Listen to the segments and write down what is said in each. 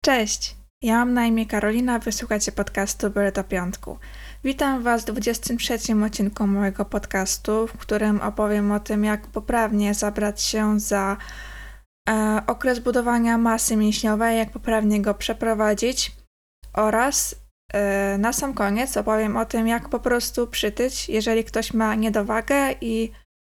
Cześć, ja mam na imię Karolina, wysłuchacie podcastu Byle do Piątku. Witam Was w 23. odcinku mojego podcastu, w którym opowiem o tym, jak poprawnie zabrać się za okres budowania masy mięśniowej, jak poprawnie go przeprowadzić oraz na sam koniec opowiem o tym, jak po prostu przytyć, jeżeli ktoś ma niedowagę i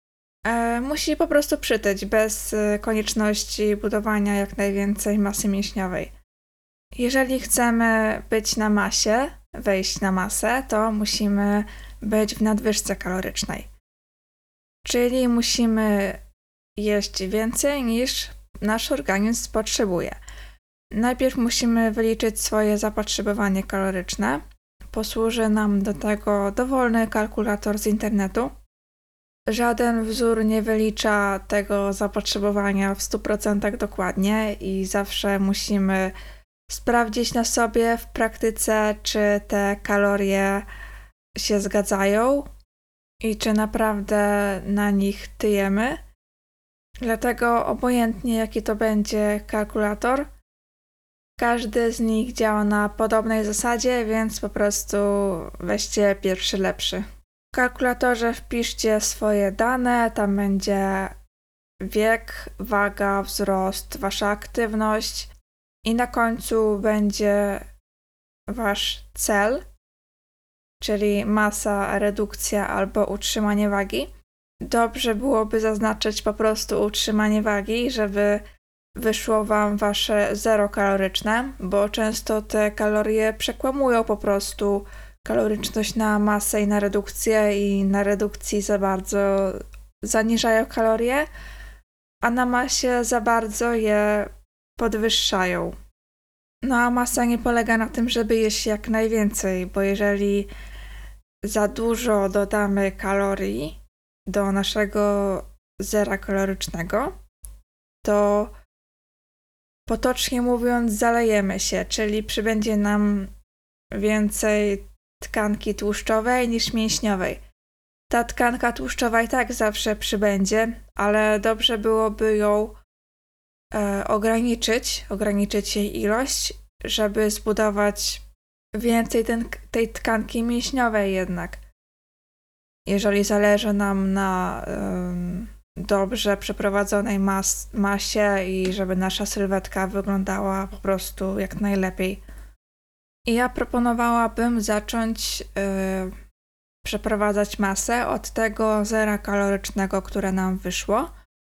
musi po prostu przytyć bez konieczności budowania jak najwięcej masy mięśniowej. Jeżeli chcemy być na masie, wejść na masę, to musimy być w nadwyżce kalorycznej. Czyli musimy jeść więcej niż nasz organizm potrzebuje. Najpierw musimy wyliczyć swoje zapotrzebowanie kaloryczne. Posłuży nam do tego dowolny kalkulator z internetu. Żaden wzór nie wylicza tego zapotrzebowania w 100% dokładnie i zawsze musimy sprawdzić na sobie w praktyce, czy te kalorie się zgadzają i czy naprawdę na nich tyjemy. Dlatego obojętnie jaki to będzie kalkulator, każdy z nich działa na podobnej zasadzie, więc po prostu weźcie pierwszy lepszy. W kalkulatorze wpiszcie swoje dane, tam będzie wiek, waga, wzrost, wasza aktywność i na końcu będzie wasz cel, czyli masa, redukcja albo utrzymanie wagi. Dobrze byłoby zaznaczyć po prostu utrzymanie wagi, żeby wyszło wam wasze zero kaloryczne, bo często te kalorie przekłamują po prostu kaloryczność na masę i na redukcję i na redukcji za bardzo zaniżają kalorie, a na masie za bardzo je podwyższają. No a masa nie polega na tym, żeby jeść jak najwięcej, bo jeżeli za dużo dodamy kalorii do naszego zera kalorycznego, to potocznie mówiąc zalejemy się, czyli przybędzie nam więcej tkanki tłuszczowej niż mięśniowej. Ta tkanka tłuszczowa i tak zawsze przybędzie, ale dobrze byłoby ją ograniczyć jej ilość, żeby zbudować więcej tej tkanki mięśniowej jednak. Jeżeli zależy nam na dobrze przeprowadzonej masie i żeby nasza sylwetka wyglądała po prostu jak najlepiej. I ja proponowałabym zacząć przeprowadzać masę od tego zera kalorycznego, które nam wyszło.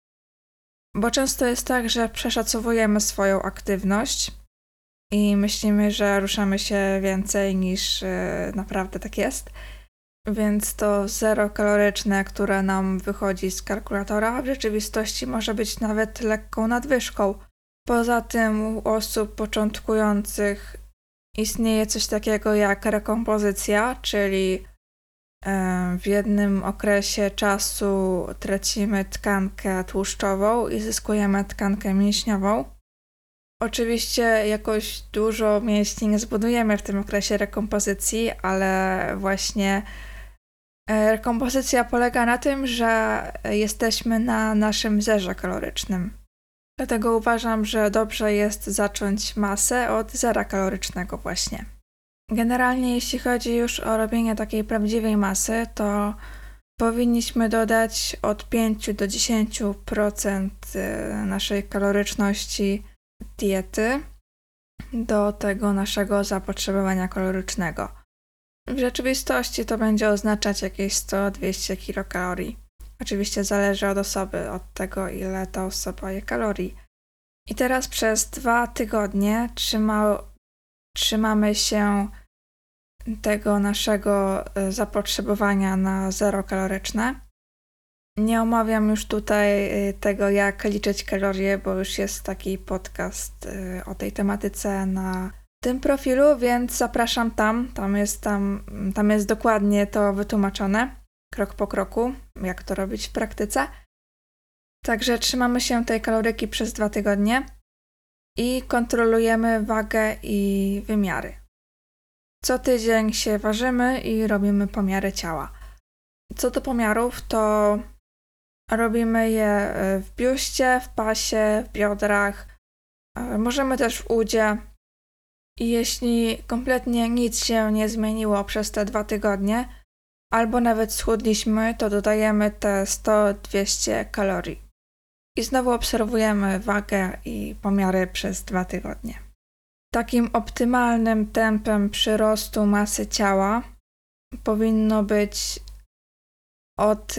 Bo często jest tak, że przeszacowujemy swoją aktywność i myślimy, że ruszamy się więcej niż naprawdę tak jest. Więc to zero kaloryczne, które nam wychodzi z kalkulatora, w rzeczywistości może być nawet lekką nadwyżką. Poza tym u osób początkujących istnieje coś takiego jak rekompozycja, czyli w jednym okresie czasu tracimy tkankę tłuszczową i zyskujemy tkankę mięśniową. Oczywiście jakoś dużo mięśni nie zbudujemy w tym okresie rekompozycji, ale właśnie rekompozycja polega na tym, że jesteśmy na naszym zerze kalorycznym. Dlatego uważam, że dobrze jest zacząć masę od zera kalorycznego właśnie. Generalnie jeśli chodzi już o robienie takiej prawdziwej masy, to powinniśmy dodać od 5 do 10% naszej kaloryczności diety do tego naszego zapotrzebowania kalorycznego. W rzeczywistości to będzie oznaczać jakieś 100-200 kilokalorii. Oczywiście zależy od osoby, od tego ile ta osoba je kalorii. I teraz przez 2 tygodnie trzymamy się tego naszego zapotrzebowania na zero kaloryczne. Nie omawiam już tutaj tego, jak liczyć kalorie, bo już jest taki podcast o tej tematyce na tym profilu, więc zapraszam tam. Tam jest dokładnie to wytłumaczone, krok po kroku, jak to robić w praktyce. Także trzymamy się tej kaloryki przez 2 tygodnie i kontrolujemy wagę i wymiary. Co tydzień się ważymy i robimy pomiary ciała. Co do pomiarów, to robimy je w biuście, w pasie, w biodrach. Możemy też w udzie. I jeśli kompletnie nic się nie zmieniło przez te 2 tygodnie, albo nawet schudliśmy, to dodajemy te 100-200 kalorii. I znowu obserwujemy wagę i pomiary przez 2 tygodnie. Takim optymalnym tempem przyrostu masy ciała powinno być od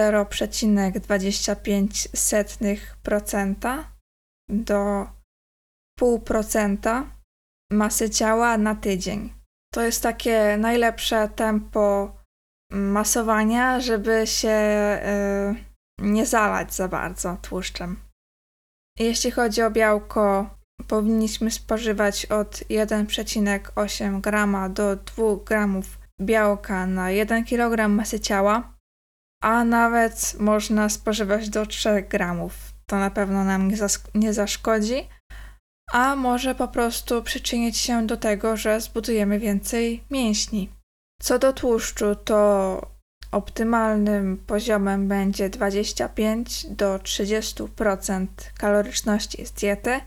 0,25% do 0,5% masy ciała na tydzień. To jest takie najlepsze tempo masowania, żeby się nie zalać za bardzo tłuszczem. Jeśli chodzi o białko, powinniśmy spożywać od 1,8 g do 2 g białka na 1 kg masy ciała, a nawet można spożywać do 3 g. To na pewno nam nie zaszkodzi, a może po prostu przyczynić się do tego, że zbudujemy więcej mięśni. Co do tłuszczu, to optymalnym poziomem będzie 25-30% kaloryczności z diety,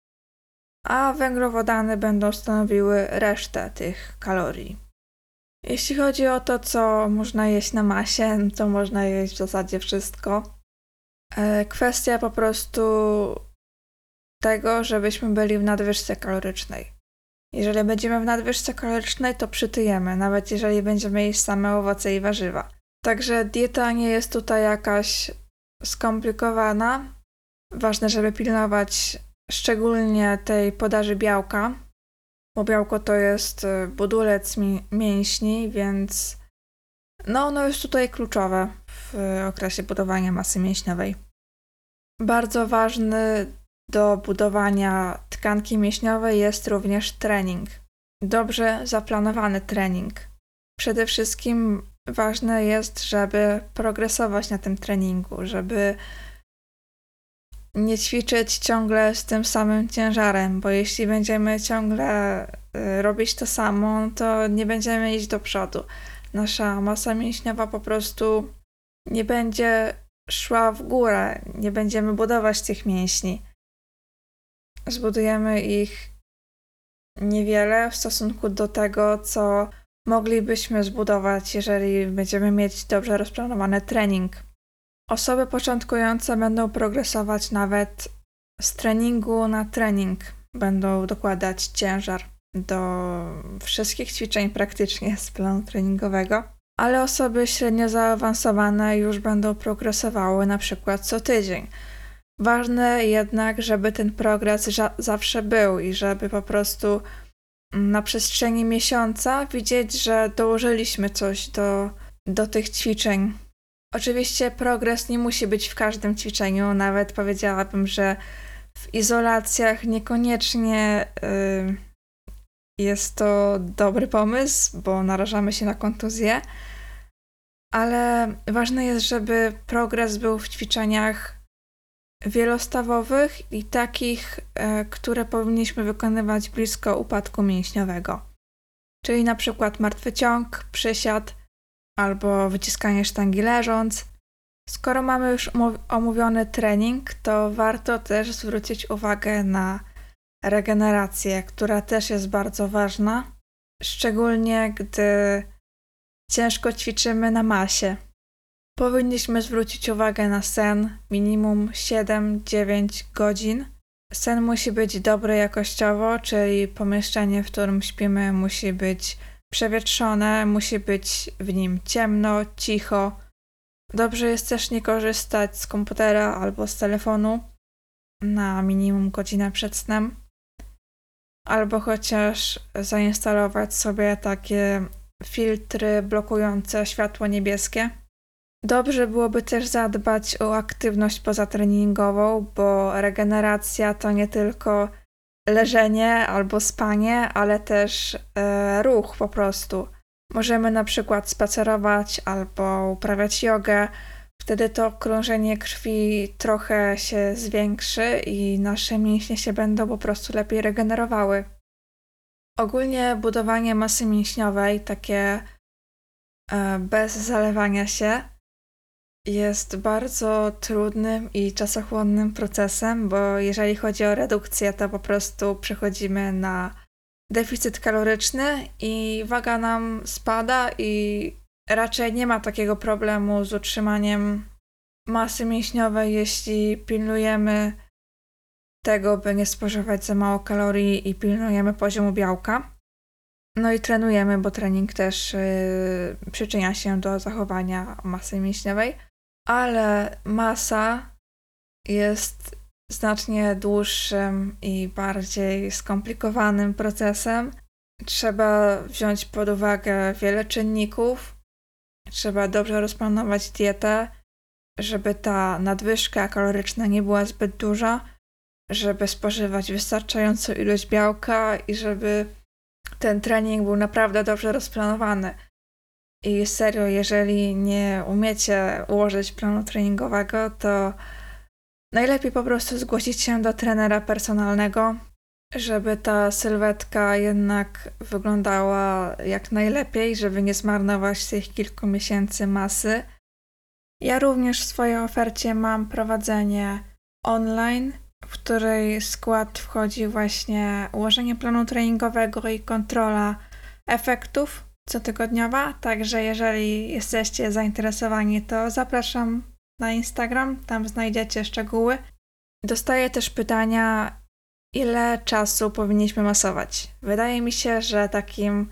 a węglowodany będą stanowiły resztę tych kalorii. Jeśli chodzi o to, co można jeść na masie, to można jeść w zasadzie wszystko. Kwestia po prostu tego, żebyśmy byli w nadwyżce kalorycznej. Jeżeli będziemy w nadwyżce kalorycznej, to przytyjemy, nawet jeżeli będziemy jeść same owoce i warzywa. Także dieta nie jest tutaj jakaś skomplikowana. Ważne, żeby pilnować szczególnie tej podaży białka, bo białko to jest budulec mięśni, więc ono jest tutaj kluczowe w okresie budowania masy mięśniowej. Bardzo ważny do budowania tkanki mięśniowej jest również trening. Dobrze zaplanowany trening. Przede wszystkim ważne jest, żeby progresować na tym treningu, żeby nie ćwiczyć ciągle z tym samym ciężarem, bo jeśli będziemy ciągle robić to samo, to nie będziemy iść do przodu. Nasza masa mięśniowa po prostu nie będzie szła w górę, nie będziemy budować tych mięśni. Zbudujemy ich niewiele w stosunku do tego, co moglibyśmy zbudować, jeżeli będziemy mieć dobrze rozplanowany trening. Osoby początkujące będą progresować nawet z treningu na trening. Będą dokładać ciężar do wszystkich ćwiczeń praktycznie z planu treningowego, ale osoby średnio zaawansowane już będą progresowały na przykład co tydzień. Ważne jednak, żeby ten progres zawsze był i żeby po prostu na przestrzeni miesiąca widzieć, że dołożyliśmy coś do tych ćwiczeń. Oczywiście progres nie musi być w każdym ćwiczeniu, nawet powiedziałabym, że w izolacjach niekoniecznie jest to dobry pomysł, bo narażamy się na kontuzję, ale ważne jest, żeby progres był w ćwiczeniach wielostawowych i takich, które powinniśmy wykonywać blisko upadku mięśniowego. Czyli na przykład martwy ciąg, przysiad albo wyciskanie sztangi leżąc. Skoro mamy już omówiony trening, to warto też zwrócić uwagę na regenerację, która też jest bardzo ważna, szczególnie gdy ciężko ćwiczymy na masie. Powinniśmy zwrócić uwagę na sen, minimum 7-9 godzin. Sen musi być dobry jakościowo, czyli pomieszczenie, w którym śpimy, musi być przewietrzone, musi być w nim ciemno, cicho. Dobrze jest też nie korzystać z komputera albo z telefonu na minimum godzinę przed snem, albo chociaż zainstalować sobie takie filtry blokujące światło niebieskie. Dobrze byłoby też zadbać o aktywność pozatreningową, bo regeneracja to nie tylko leżenie albo spanie, ale też ruch po prostu. Możemy na przykład spacerować albo uprawiać jogę. Wtedy to krążenie krwi trochę się zwiększy i nasze mięśnie się będą po prostu lepiej regenerowały. Ogólnie budowanie masy mięśniowej, takie bez zalewania się, jest bardzo trudnym i czasochłonnym procesem, bo jeżeli chodzi o redukcję, to po prostu przechodzimy na deficyt kaloryczny i waga nam spada i raczej nie ma takiego problemu z utrzymaniem masy mięśniowej, jeśli pilnujemy tego, by nie spożywać za mało kalorii i pilnujemy poziomu białka. No i trenujemy, bo trening też przyczynia się do zachowania masy mięśniowej, ale masa jest znacznie dłuższym i bardziej skomplikowanym procesem. Trzeba wziąć pod uwagę wiele czynników, trzeba dobrze rozplanować dietę, żeby ta nadwyżka kaloryczna nie była zbyt duża, żeby spożywać wystarczającą ilość białka i żeby ten trening był naprawdę dobrze rozplanowany. I serio, jeżeli nie umiecie ułożyć planu treningowego, to najlepiej po prostu zgłosić się do trenera personalnego, żeby ta sylwetka jednak wyglądała jak najlepiej, żeby nie zmarnować tych kilku miesięcy masy. Ja również w swojej ofercie mam prowadzenie online, w której skład wchodzi właśnie ułożenie planu treningowego i kontrola efektów cotygodniowa, także jeżeli jesteście zainteresowani, to zapraszam na Instagram, tam znajdziecie szczegóły. Dostaję też pytania, ile czasu powinniśmy masować. Wydaje mi się, że takim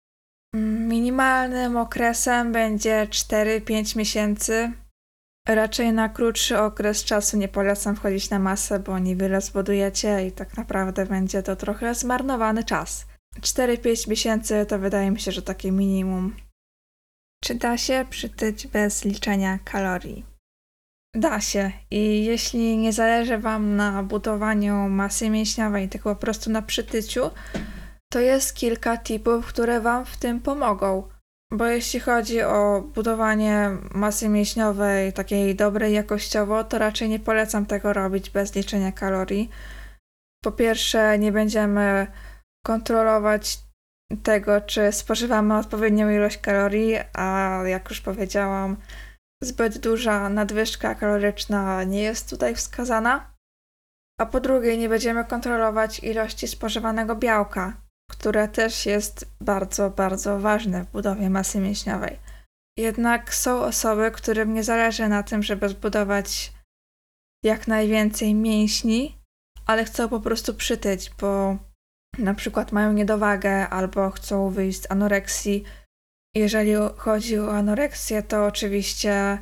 minimalnym okresem będzie 4-5 miesięcy. Raczej na krótszy okres czasu nie polecam wchodzić na masę, bo niewiele zbudujecie i tak naprawdę będzie to trochę zmarnowany czas. 4-5 miesięcy to wydaje mi się, że takie minimum. Czy da się przytyć bez liczenia kalorii? Da się i jeśli nie zależy Wam na budowaniu masy mięśniowej, tylko po prostu na przytyciu, to jest kilka tipów, które Wam w tym pomogą. Bo jeśli chodzi o budowanie masy mięśniowej takiej dobrej jakościowo, to raczej nie polecam tego robić bez liczenia kalorii. Po pierwsze, nie będziemy kontrolować tego, czy spożywamy odpowiednią ilość kalorii, a jak już powiedziałam, zbyt duża nadwyżka kaloryczna nie jest tutaj wskazana. A po drugie, nie będziemy kontrolować ilości spożywanego białka, które też jest bardzo, bardzo ważne w budowie masy mięśniowej. Jednak są osoby, którym nie zależy na tym, żeby zbudować jak najwięcej mięśni, ale chcą po prostu przytyć, bo na przykład mają niedowagę albo chcą wyjść z anoreksji. Jeżeli chodzi o anoreksję, to oczywiście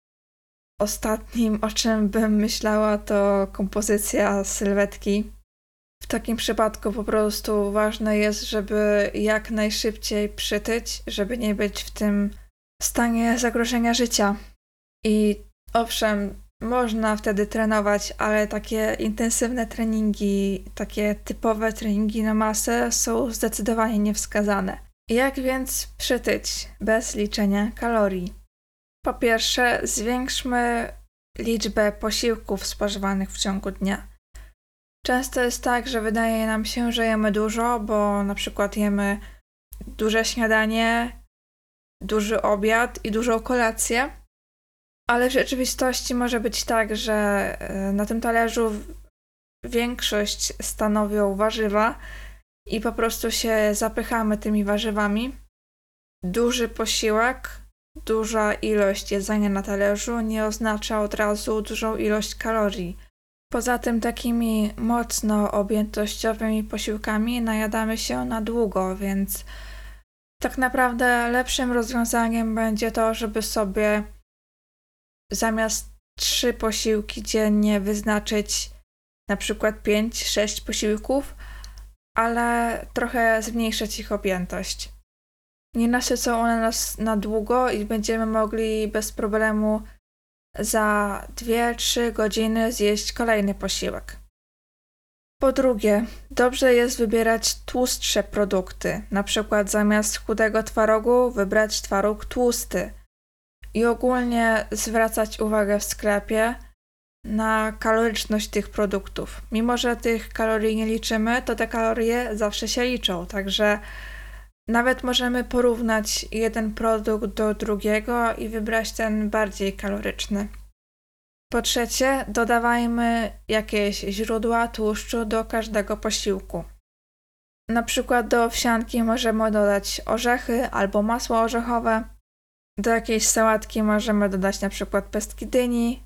ostatnim, o czym bym myślała, to kompozycja sylwetki. W takim przypadku po prostu ważne jest, żeby jak najszybciej przytyć, żeby nie być w tym stanie zagrożenia życia. I owszem, można wtedy trenować, ale takie intensywne treningi, takie typowe treningi na masę są zdecydowanie niewskazane. Jak więc przytyć bez liczenia kalorii? Po pierwsze, zwiększmy liczbę posiłków spożywanych w ciągu dnia. Często jest tak, że wydaje nam się, że jemy dużo, bo na przykład jemy duże śniadanie, duży obiad i dużą kolację, ale w rzeczywistości może być tak, że na tym talerzu większość stanowią warzywa i po prostu się zapychamy tymi warzywami. Duży posiłek, duża ilość jedzenia na talerzu nie oznacza od razu dużą ilość kalorii. Poza tym takimi mocno objętościowymi posiłkami najadamy się na długo, więc tak naprawdę lepszym rozwiązaniem będzie to, żeby sobie zamiast 3 posiłki dziennie wyznaczyć na przykład 5-6 posiłków, ale trochę zmniejszyć ich objętość. Nie nasycą one nas na długo i będziemy mogli bez problemu za 2-3 godziny zjeść kolejny posiłek. Po drugie, dobrze jest wybierać tłustsze produkty, na przykład zamiast chudego twarogu wybrać twaróg tłusty i ogólnie zwracać uwagę w sklepie na kaloryczność tych produktów. Mimo że tych kalorii nie liczymy, to te kalorie zawsze się liczą, także nawet możemy porównać jeden produkt do drugiego i wybrać ten bardziej kaloryczny. Po trzecie, dodawajmy jakieś źródła tłuszczu do każdego posiłku. Na przykład do owsianki możemy dodać orzechy albo masło orzechowe. Do jakiejś sałatki możemy dodać na przykład pestki dyni.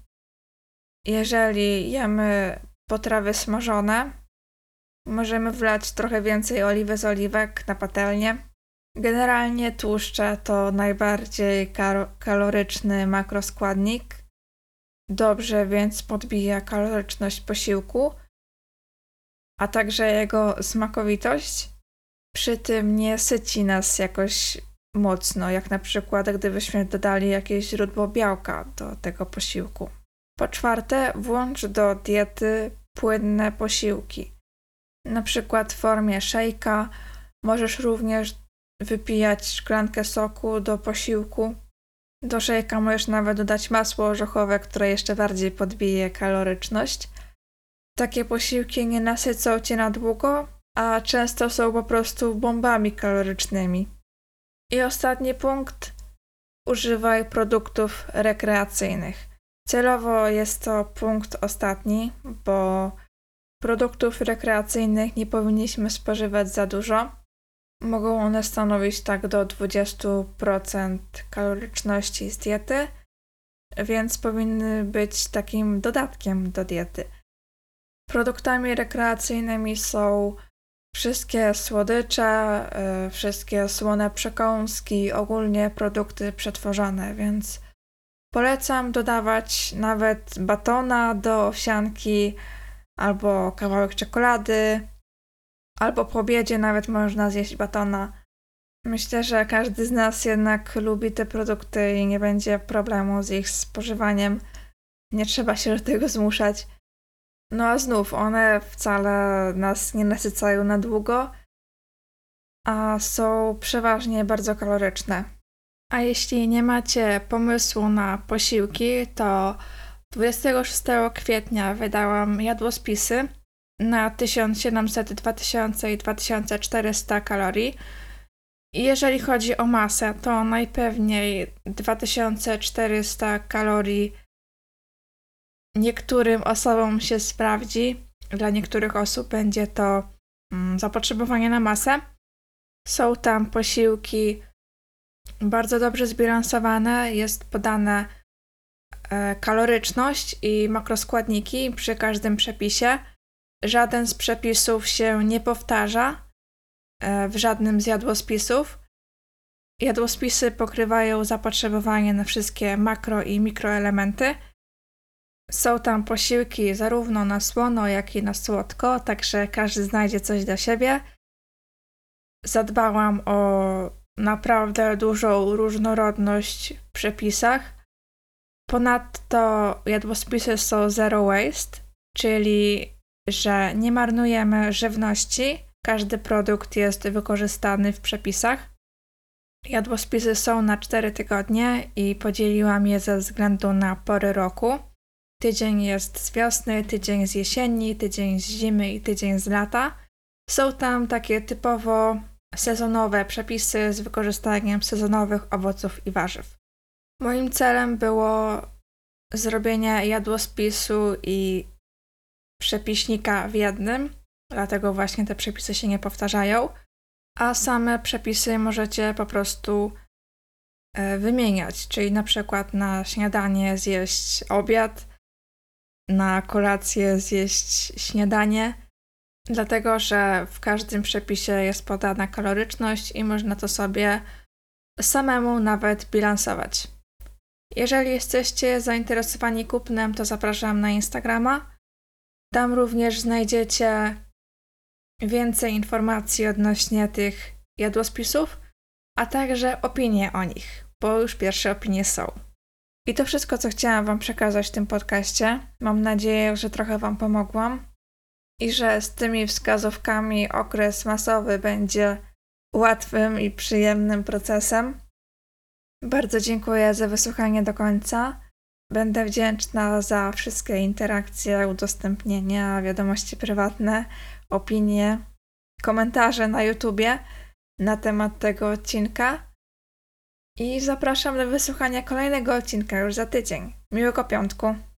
Jeżeli jemy potrawy smażone, możemy wlać trochę więcej oliwy z oliwek na patelnię. Generalnie tłuszcze to najbardziej kaloryczny makroskładnik. Dobrze więc podbija kaloryczność posiłku, a także jego smakowitość. Przy tym nie syci nas jakoś mocno, jak na przykład gdybyśmy dodali jakieś źródło białka do tego posiłku. Po czwarte, włącz do diety płynne posiłki. Na przykład w formie szejka możesz również wypijać szklankę soku do posiłku. Do szejka możesz nawet dodać masło orzechowe, które jeszcze bardziej podbije kaloryczność. Takie posiłki nie nasycą cię na długo, a często są po prostu bombami kalorycznymi. I ostatni punkt. Używaj produktów rekreacyjnych. Celowo jest to punkt ostatni, bo produktów rekreacyjnych nie powinniśmy spożywać za dużo. Mogą one stanowić tak do 20% kaloryczności z diety, więc powinny być takim dodatkiem do diety. Produktami rekreacyjnymi są wszystkie słodycze, wszystkie słone przekąski, ogólnie produkty przetworzone, więc polecam dodawać nawet batona do owsianki, albo kawałek czekolady, albo po obiedzie nawet można zjeść batona. Myślę, że każdy z nas jednak lubi te produkty i nie będzie problemu z ich spożywaniem. Nie trzeba się do tego zmuszać. No a znów, one wcale nas nie nasycają na długo, a są przeważnie bardzo kaloryczne. A jeśli nie macie pomysłu na posiłki, to 26 kwietnia wydałam jadłospisy na 1700, 2000 i 2400 kalorii. I jeżeli chodzi o masę, to najpewniej 2400 kalorii niektórym osobom się sprawdzi. Dla niektórych osób będzie to zapotrzebowanie na masę. Są tam posiłki bardzo dobrze zbilansowane, jest podane kaloryczność i makroskładniki przy każdym przepisie. Żaden z przepisów się nie powtarza w żadnym z jadłospisów. Jadłospisy pokrywają zapotrzebowanie na wszystkie makro i mikroelementy. Są tam posiłki zarówno na słono, jak i na słodko, także każdy znajdzie coś dla siebie. Zadbałam o naprawdę dużą różnorodność w przepisach. Ponadto jadłospisy są zero waste, czyli że nie marnujemy żywności. Każdy produkt jest wykorzystany w przepisach. Jadłospisy są na 4 tygodnie i podzieliłam je ze względu na pory roku. Tydzień jest z wiosny, tydzień z jesieni, tydzień z zimy i tydzień z lata. Są tam takie typowo sezonowe przepisy z wykorzystaniem sezonowych owoców i warzyw. Moim celem było zrobienie jadłospisu i przepiśnika w jednym, dlatego właśnie te przepisy się nie powtarzają, a same przepisy możecie po prostu wymieniać, czyli na przykład na śniadanie zjeść obiad, na kolację zjeść śniadanie, dlatego że w każdym przepisie jest podana kaloryczność i można to sobie samemu nawet bilansować. Jeżeli jesteście zainteresowani kupnem, to zapraszam na Instagrama. Tam również znajdziecie więcej informacji odnośnie tych jadłospisów, a także opinie o nich, bo już pierwsze opinie są. I to wszystko, co chciałam Wam przekazać w tym podcaście. Mam nadzieję, że trochę Wam pomogłam i że z tymi wskazówkami okres masowy będzie łatwym i przyjemnym procesem. Bardzo dziękuję za wysłuchanie do końca. Będę wdzięczna za wszystkie interakcje, udostępnienia, wiadomości prywatne, opinie, komentarze na YouTubie na temat tego odcinka. I zapraszam do wysłuchania kolejnego odcinka już za tydzień. Miłego piątku!